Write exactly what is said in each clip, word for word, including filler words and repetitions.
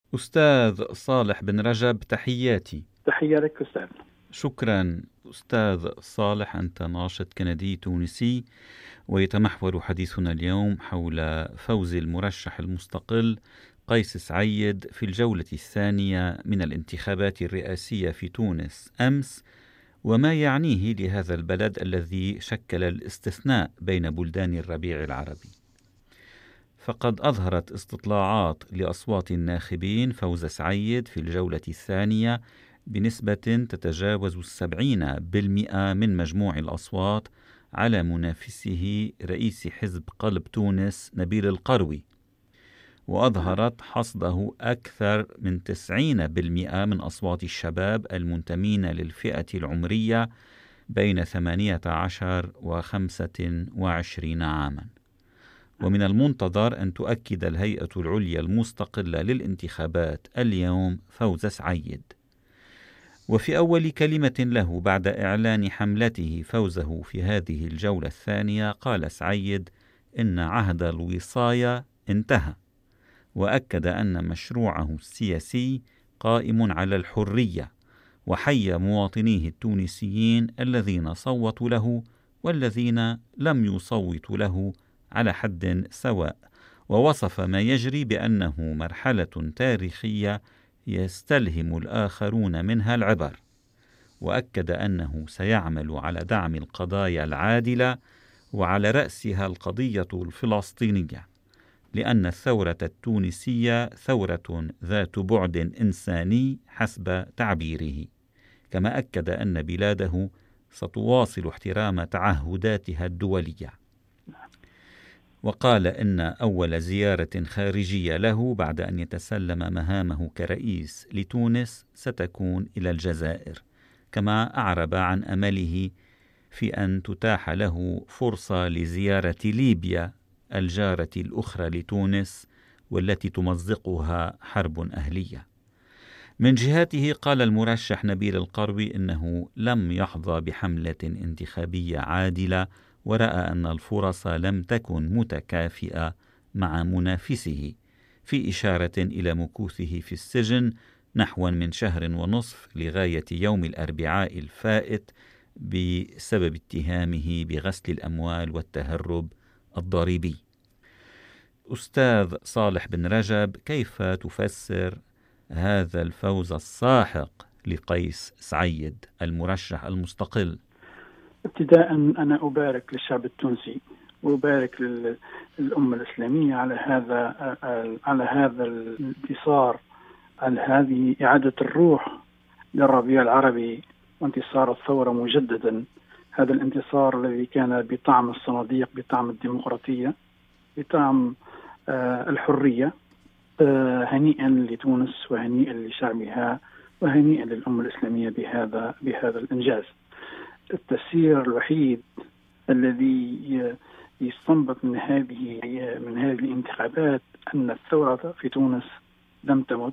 أستاذ صالح بن رجب، تحياتي. تحية لك أستاذ. شكرا أستاذ صالح، أنت ناشط كندي تونسي، ويتمحور حديثنا اليوم حول فوز المرشح المستقل قيس سعيد في الجولة الثانية من الانتخابات الرئاسية في تونس أمس، وما يعنيه لهذا البلد الذي شكل الاستثناء بين بلدان الربيع العربي. فقد أظهرت استطلاعات لأصوات الناخبين فوز سعيد في الجولة الثانية بنسبة تتجاوز السبعين بالمئة من مجموع الأصوات على منافسه رئيس حزب قلب تونس نبيل القروي، وأظهرت حصده أكثر من تسعين بالمئة من أصوات الشباب المنتمين للفئة العمرية بين ثمانية عشر وخمسة وعشرين عاما. ومن المنتظر أن تؤكد الهيئة العليا المستقلة للانتخابات اليوم فوز سعيد. وفي أول كلمة له بعد إعلان حملته فوزه في هذه الجولة الثانية قال سعيد إن عهد الوصاية انتهى، وأكد أن مشروعه السياسي قائم على الحرية، وحيا مواطنيه التونسيين الذين صوتوا له والذين لم يصوتوا له على حد سواء، ووصف ما يجري بأنه مرحلة تاريخية يستلهم الآخرون منها العبر، وأكد أنه سيعمل على دعم القضايا العادلة وعلى رأسها القضية الفلسطينية، لأن الثورة التونسية ثورة ذات بعد إنساني حسب تعبيره، كما أكد أن بلاده ستواصل احترام تعهداتها الدولية. وقال إن أول زيارة خارجية له بعد أن يتسلم مهامه كرئيس لتونس ستكون إلى الجزائر، كما أعرب عن أمله في أن تتاح له فرصة لزيارة ليبيا الجارة الأخرى لتونس والتي تمزقها حرب أهلية. من جهته قال المرشح نبيل القروي إنه لم يحظى بحملة انتخابية عادلة، ورأى أن الفرص لم تكن متكافئة مع منافسه، في إشارة إلى مكوثه في السجن نحو من شهر ونصف لغاية يوم الأربعاء الفائت بسبب اتهامه بغسل الأموال والتهرب الضريبي. أستاذ صالح بن رجب، كيف تفسر هذا الفوز الساحق لقيس سعيد المرشح المستقل؟ ابتداء أنا أبارك للشعب التونسي وأبارك للأمة الإسلامية على هذا على هذا الانتصار، على هذه إعادة الروح للربيع العربي وانتصار الثورة مجددا. هذا الانتصار الذي كان بطعم الصناديق، بطعم الديمقراطية، بطعم الحرية. هنيئا لتونس وهنيئا لشعبها وهنيئا للأمة الإسلامية بهذا بهذا الإنجاز. التفسير الوحيد الذي يستنبط من هذه من هذه الانتخابات أن الثورة في تونس لم تمت،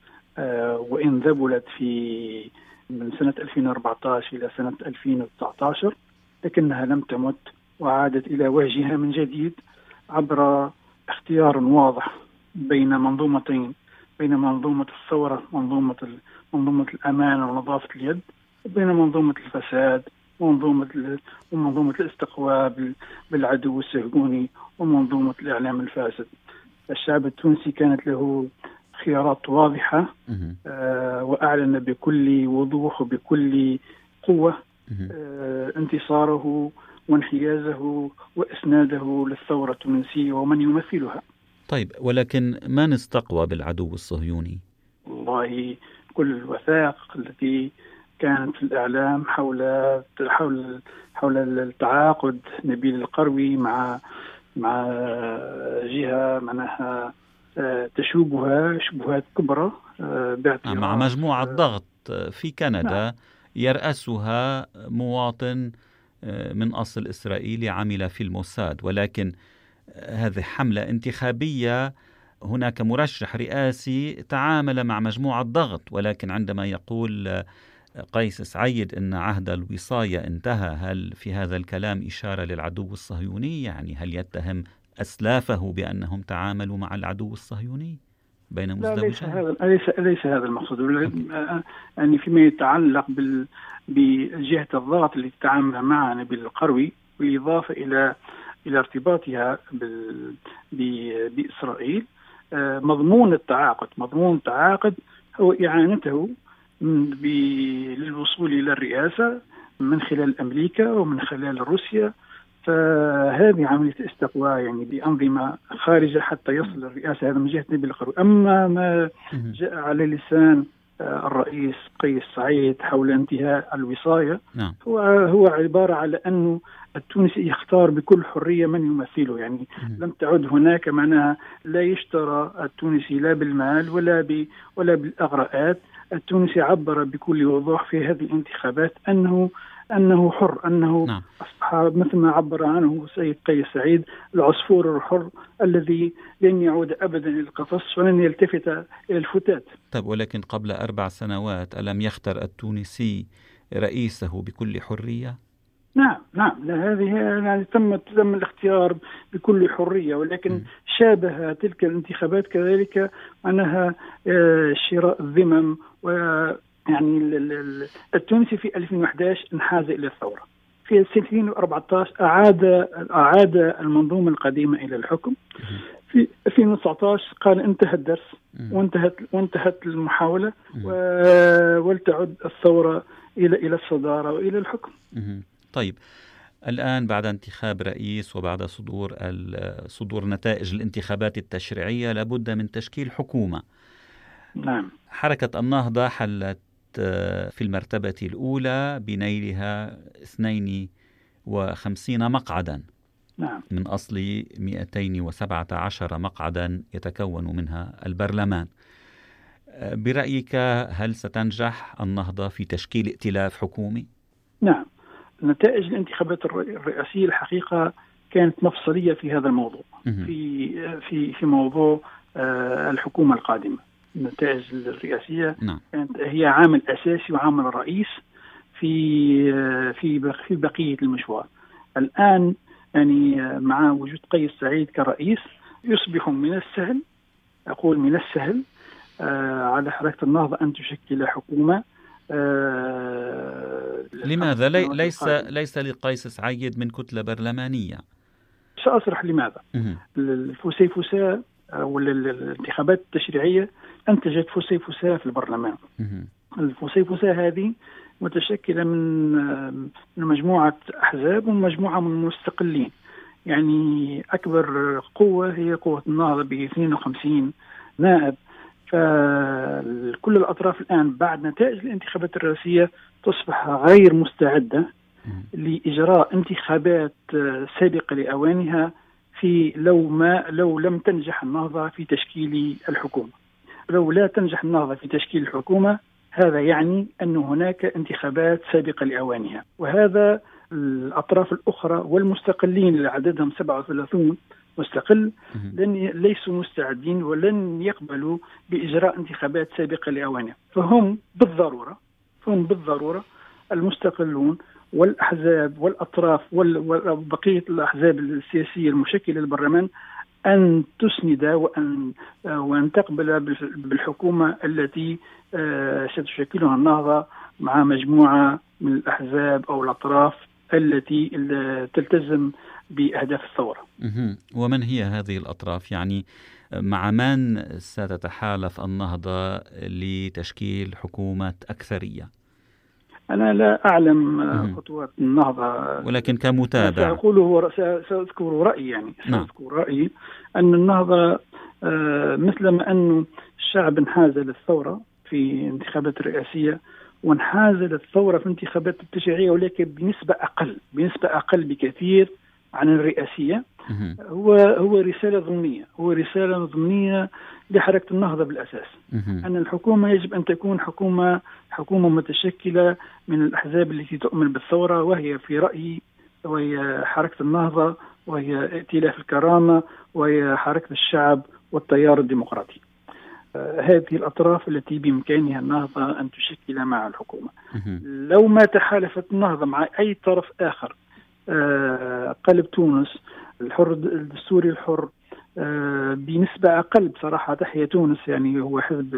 وإن ذبلت في من سنة ألفين وأربعة عشر إلى سنة ألفين وتسعة عشر، لكنها لم تمت وعادت إلى وجهها من جديد عبر اختيار واضح بين منظومتين، بين منظومة الثورة، منظومة منظومة الأمان ونظافة اليد، وبين منظومة الفساد ومنظومة ومنظومة الاستقواء بالعدو الصهيوني ومنظومة الإعلام الفاسد. الشعب التونسي كانت له خيارات واضحة، آه وأعلن بكل وضوح وبكل قوة آه انتصاره وانحيازه وإسناده للثورة التونسية ومن يمثلها. طيب، ولكن من استقوى بالعدو الصهيوني؟ والله كل الوثائق التي كانت في الإعلام حول حول حول التعاقد نبيل القروي مع مع جهة معناها تشوبها شبهات كبرى مع مجموعة ضغط في كندا يرأسها مواطن من أصل إسرائيلي عمل في الموساد، ولكن هذه حملة انتخابية، هناك مرشح رئاسي تعامل مع مجموعة ضغط. ولكن عندما يقول قيس سعيد إن عهد الوصاية انتهى، هل في هذا الكلام إشارة للعدو الصهيوني؟ يعني هل يتهم أسلافه بأنهم تعاملوا مع العدو الصهيوني؟ بين لا ليس مزدوجين؟ هذا ليس ليس هذا المقصود. يعني فيما يتعلق بال بجهة الضغط اللي تتعامل مع نبيل القروي، بالإضافة إلى إلى ارتباطها بال... ب... بإسرائيل، مضمون التعاقد مضمون التعاقد هو إعانته ب... للوصول إلى الرئاسة من خلال أمريكا ومن خلال روسيا. فهذه عملية استقواء يعني بأنظمة خارجة حتى يصل الرئاسة، هذا من جهة نبيل القروي. أما ما جاء على لسان الرئيس قيس سعيد حول انتهاء الوصاية، نعم. هو هو عبارة على أنه التونسي يختار بكل حرية من يمثله، يعني م. لم تعد هناك معناها لا يشترى التونسي لا بالمال ولا ب ولا بالأغراءات. التونسي عبر بكل وضوح في هذه الانتخابات أنه أنه حر، أنه نعم. أصبح مثل ما عبر عنه سيد قيس سعيد العصفور الحر الذي لن يعود أبدا إلى القفص ولن يلتفت إلى الفتات. طيب، ولكن قبل أربع سنوات ألم يختر التونسي رئيسه بكل حرية؟ نعم نعم لا هذه يعني تم تم الاختيار بكل حرية، ولكن م. شابه تلك الانتخابات كذلك أنها شراء الذمم. ويعني التونسي في ألفين وأحد عشر انحاز إلى الثورة، في ألفين وأربعة عشر أعاد أعاد المنظومة القديمة إلى الحكم، في ألفين وتسعة عشر قال انتهى الدرس وانتهت وانتهت المحاولة ولتعد الثورة إلى إلى الصدارة وإلى الحكم. طيب، الآن بعد انتخاب رئيس وبعد صدور صدور نتائج الانتخابات التشريعية لابد من تشكيل حكومة. نعم. حركة النهضة حلت في المرتبة الأولى بنيلها اثنين وخمسين مقعدا، نعم. من أصل مئتين وسبعة عشر مقعدا يتكون منها البرلمان. برأيك هل ستنجح النهضة في تشكيل ائتلاف حكومي؟ نعم. نتائج الانتخابات الرئاسية الحقيقة كانت مفصلية في هذا الموضوع، في في في موضوع الحكومة القادمة. النتائج الرئاسية نعم. كانت هي عامل أساسي وعامل رئيس في في في بقية المشوار. الآن يعني مع وجود قيس سعيد كرئيس يصبح من السهل، أقول من السهل على حركة النهضة أن تشكل حكومة. آه لماذا لي ليس ليس لقيس سعيد من كتلة برلمانية؟ سأشرح لماذا. الفسيفساء ولا الانتخابات التشريعية أنتجت فسيفساء في البرلمان. الفسيفساء هذه متشكلة من من مجموعة أحزاب ومجموعة من مستقلين، يعني أكبر قوة هي قوة النهضة ب اثنين وخمسين نائب. فكل الأطراف الآن بعد نتائج الانتخابات الرئاسية تصبح غير مستعدة لإجراء انتخابات سابقة لأوانها في لو ما لو لم تنجح النهضة في تشكيل الحكومة. لو لا تنجح النهضة في تشكيل الحكومة هذا يعني أن هناك انتخابات سابقة لأوانها، وهذا الأطراف الأخرى والمستقلين اللي عددهم سبعة وثلاثين مستقل لن ليسوا مستعدين ولن يقبلوا بإجراء انتخابات سابقة لأوانها. فهم بالضرورة هم بالضرورة المستقلون والأحزاب والأطراف وبقية الأحزاب السياسية المشكلة للبرلمان أن تسند وأن وأن تقبل بالحكومة التي ستشكلها النهضة مع مجموعة من الأحزاب أو الأطراف التي تلتزم بأهداف الثورة. ومن هي هذه الأطراف؟ يعني مع من ستتحالف النهضة لتشكيل حكومة أكثرية؟ أنا لا أعلم خطوات النهضة، ولكن كمتابع سأقوله سأذكر رأيي يعني سأذكر رأيي أن النهضة مثلما أن الشعب انحاز للثورة في انتخابات الرئاسية وانحاز للثورة في انتخابات التشريعية، ولكن بنسبة أقل بنسبة أقل بكثير عن الرئاسية. هو هو رسالة ضمنية هو رسالة ضمنية لحركة النهضة بالأساس، أن الحكومة يجب أن تكون حكومة حكومة متشكلة من الأحزاب التي تؤمن بالثورة، وهي في رأيي وهي حركة النهضة وهي ائتلاف الكرامة وهي حركة الشعب والتيار الديمقراطي. آه هذه الأطراف التي بإمكانها النهضة أن تشكل مع الحكومة. لو ما تحالفت النهضة مع أي طرف آخر، آه قلب تونس، الحر الدستوري الحر، بنسبة أقل بصراحة تحيا تونس. يعني هو حزب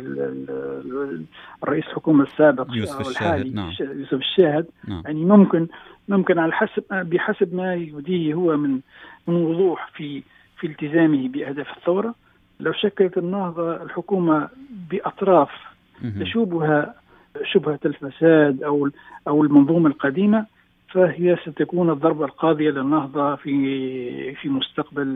الرئيس الحكومة السابق يوسف الحالي الشاهد. نعم. يوسف الشاهد. نعم. يعني ممكن ممكن على حسب بحسب ما يوديه هو من من وضوح في في التزامه بأهداف الثورة. لو شكلت النهضة الحكومة بأطراف تشوبها شبهة الفساد أو أو المنظومة القديمة، فهي ستكون الضربة القاضية للنهضة في في مستقبل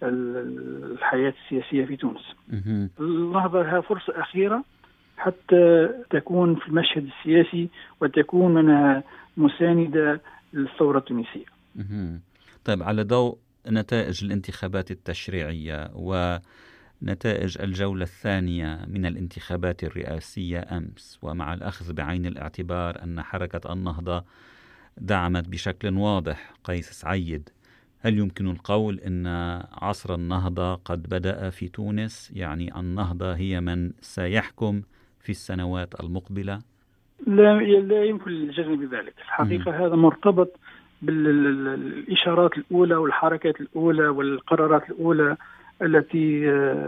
الحياة السياسية في تونس. النهضة لها فرصة أخيرة حتى تكون في المشهد السياسي وتكون منها مساندة للثورة التونسية. طيب، على ضوء نتائج الانتخابات التشريعية ونتائج الجولة الثانية من الانتخابات الرئاسية أمس، ومع الأخذ بعين الاعتبار أن حركة النهضة دعمت بشكل واضح قيس سعيد، هل يمكن القول أن عصر النهضة قد بدأ في تونس؟ يعني النهضة هي من سيحكم في السنوات المقبلة؟ لا, لا يمكن الجزم بذلك. الحقيقة م. هذا مرتبط بالإشارات الأولى والحركات الأولى والقرارات الأولى التي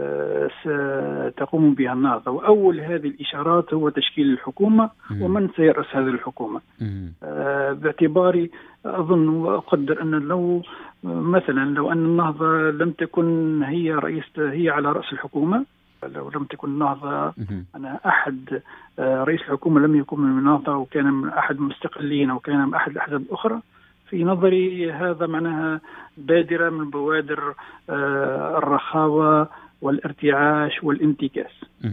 ستقوم بها النهضة. وأول هذه الإشارات هو تشكيل الحكومة ومن سيرأس هذه الحكومة. باعتباري أظن وأقدر أن لو مثلا لو أن النهضة لم تكن هي رئيس هي على رأس الحكومة، لو لم تكن النهضة أنا أحد رئيس الحكومة لم يكن من النهضة وكان من أحد المستقلين أو كان من أحد الأحزاب الأخرى، في نظري هذا معناها بادرة من بوادر الرخاوة والارتعاش والانتكاس.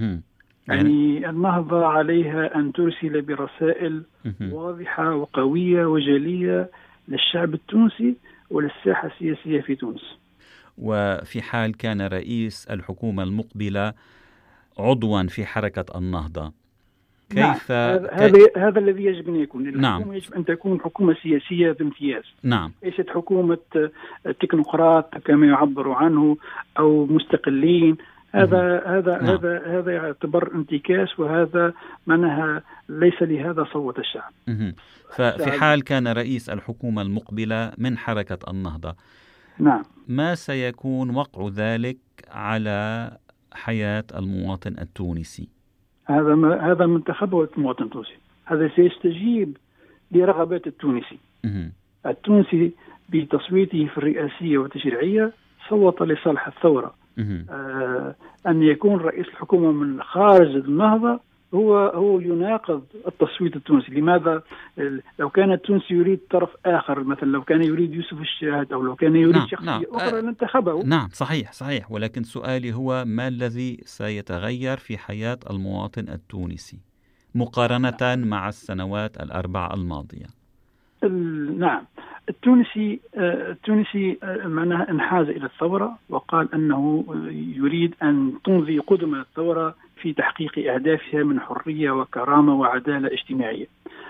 يعني النهضة عليها أن ترسل برسائل واضحة وقوية وجلية للشعب التونسي وللساحة السياسية في تونس. وفي حال كان رئيس الحكومة المقبلة عضوا في حركة النهضة، كيف نعم. هذا هذا الذي يجب أن يكون. نعم. الحكومة يجب أن تكون حكومة سياسية بامتياز. نعم. ليست حكومة تكنوقراط كما يعبر عنه أو مستقلين. هذا هذا نعم. هذا هذا يعتبر انتكاس، وهذا معناها ليس لهذا صوت الشعب. مه. ففي حال كان رئيس الحكومة المقبلة من حركة النهضة، نعم، ما سيكون وقع ذلك على حياة المواطن التونسي؟ هذا ما هذا منتخبه المواطن التونسي، هذا سيستجيب لرغبات التونسي. مه. التونسي بتصويته في الرئاسية والتشريعية صوت لصالح الثورة. آه أن يكون رئيس الحكومة من خارج النهضة هو هو يناقض التصويت التونسي. لماذا؟ لو كان التونسي يريد طرف آخر، مثلا لو كان يريد يوسف الشاهد أو لو كان يريد نعم. شخصية نعم. أخرى لانتخبه. نعم، صحيح صحيح. ولكن سؤالي هو ما الذي سيتغير في حياة المواطن التونسي مقارنة نعم. مع السنوات الأربع الماضية؟ نعم، التونسي التونسي معناها انحاز إلى الثورة وقال أنه يريد أن تمضي قدم الثورة في تحقيق أهدافها من حرية وكرامة وعدالة اجتماعية.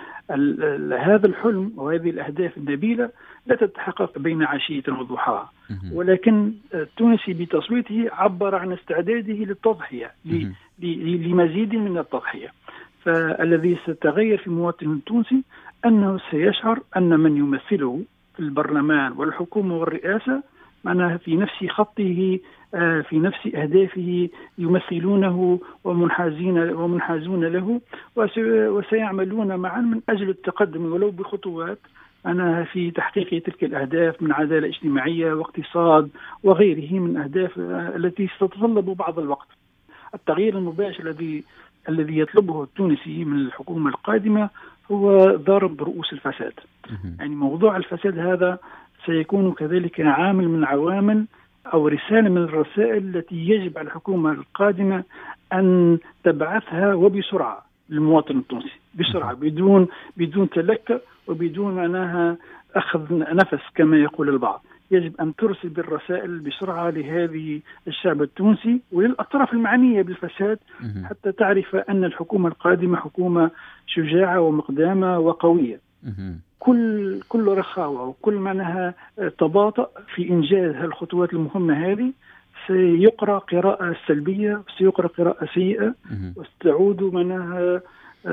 هذا الحلم وهذه الأهداف النبيلة لا تتحقق بين عشية وضحاها، ولكن التونسي بتصويته عبر عن استعداده للتضحية لمزيد من التضحية. فالذي سيتغير في المواطن التونسي أنه سيشعر أن من يمثله في البرلمان والحكومة والرئاسة معناها في نفس خطه في نفس أهدافه يمثلونه ومنحازين ومنحازون له، وسيعملون معا من أجل التقدم ولو بخطوات أنا في تحقيق تلك الأهداف من عدالة اجتماعية واقتصاد وغيره من أهداف التي ستتطلب بعض الوقت. التغيير المباشر الذي الذي يطلبه التونسي من الحكومة القادمة هو ضرب رؤوس الفساد. يعني موضوع الفساد هذا سيكون كذلك عامل من عوامل أو رسالة من الرسائل التي يجب على الحكومة القادمة أن تبعثها وبسرعة للمواطن التونسي، بسرعة بدون بدون تلكأ وبدون معناها أخذ نفس كما يقول البعض. يجب أن ترسل بالرسائل بسرعة لهذه الشعب التونسي وللأطراف المعنية بالفساد حتى تعرف أن الحكومة القادمة حكومة شجاعة ومقدامة وقوية. كل كل رخاوة وكل معناها تباطؤ في إنجاز هالخطوات المهمة هذه سيقرأ قراءة سلبية، سيقرأ قراءة سيئة، وستعود معناها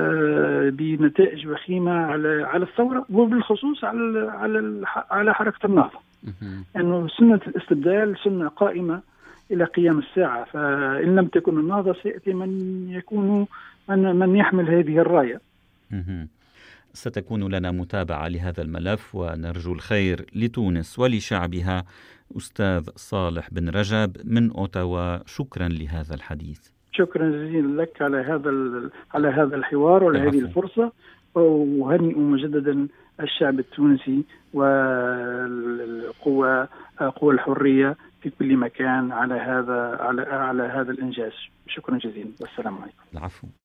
بنتائج وخيمة على على الثورة وبالخصوص على على على حركة النهضة. أنه سنة الاستبدال سنة قائمة إلى قيام الساعة. فإن لم تكن النهضة سيأتي من يكون من, من يحمل هذه الراية. ستكون لنا متابعة لهذا الملف، ونرجو الخير لتونس ولشعبها. أستاذ صالح بن رجب من أوتاوا، شكرا لهذا الحديث. شكرا جزيلا لك على هذا على هذا الحوار وهذه الفرصة، وهنئ مجددا الشعب التونسي والقوى قوى الحرية في كل مكان على هذا على على هذا الإنجاز. شكرا جزيلا والسلام عليكم. العفو.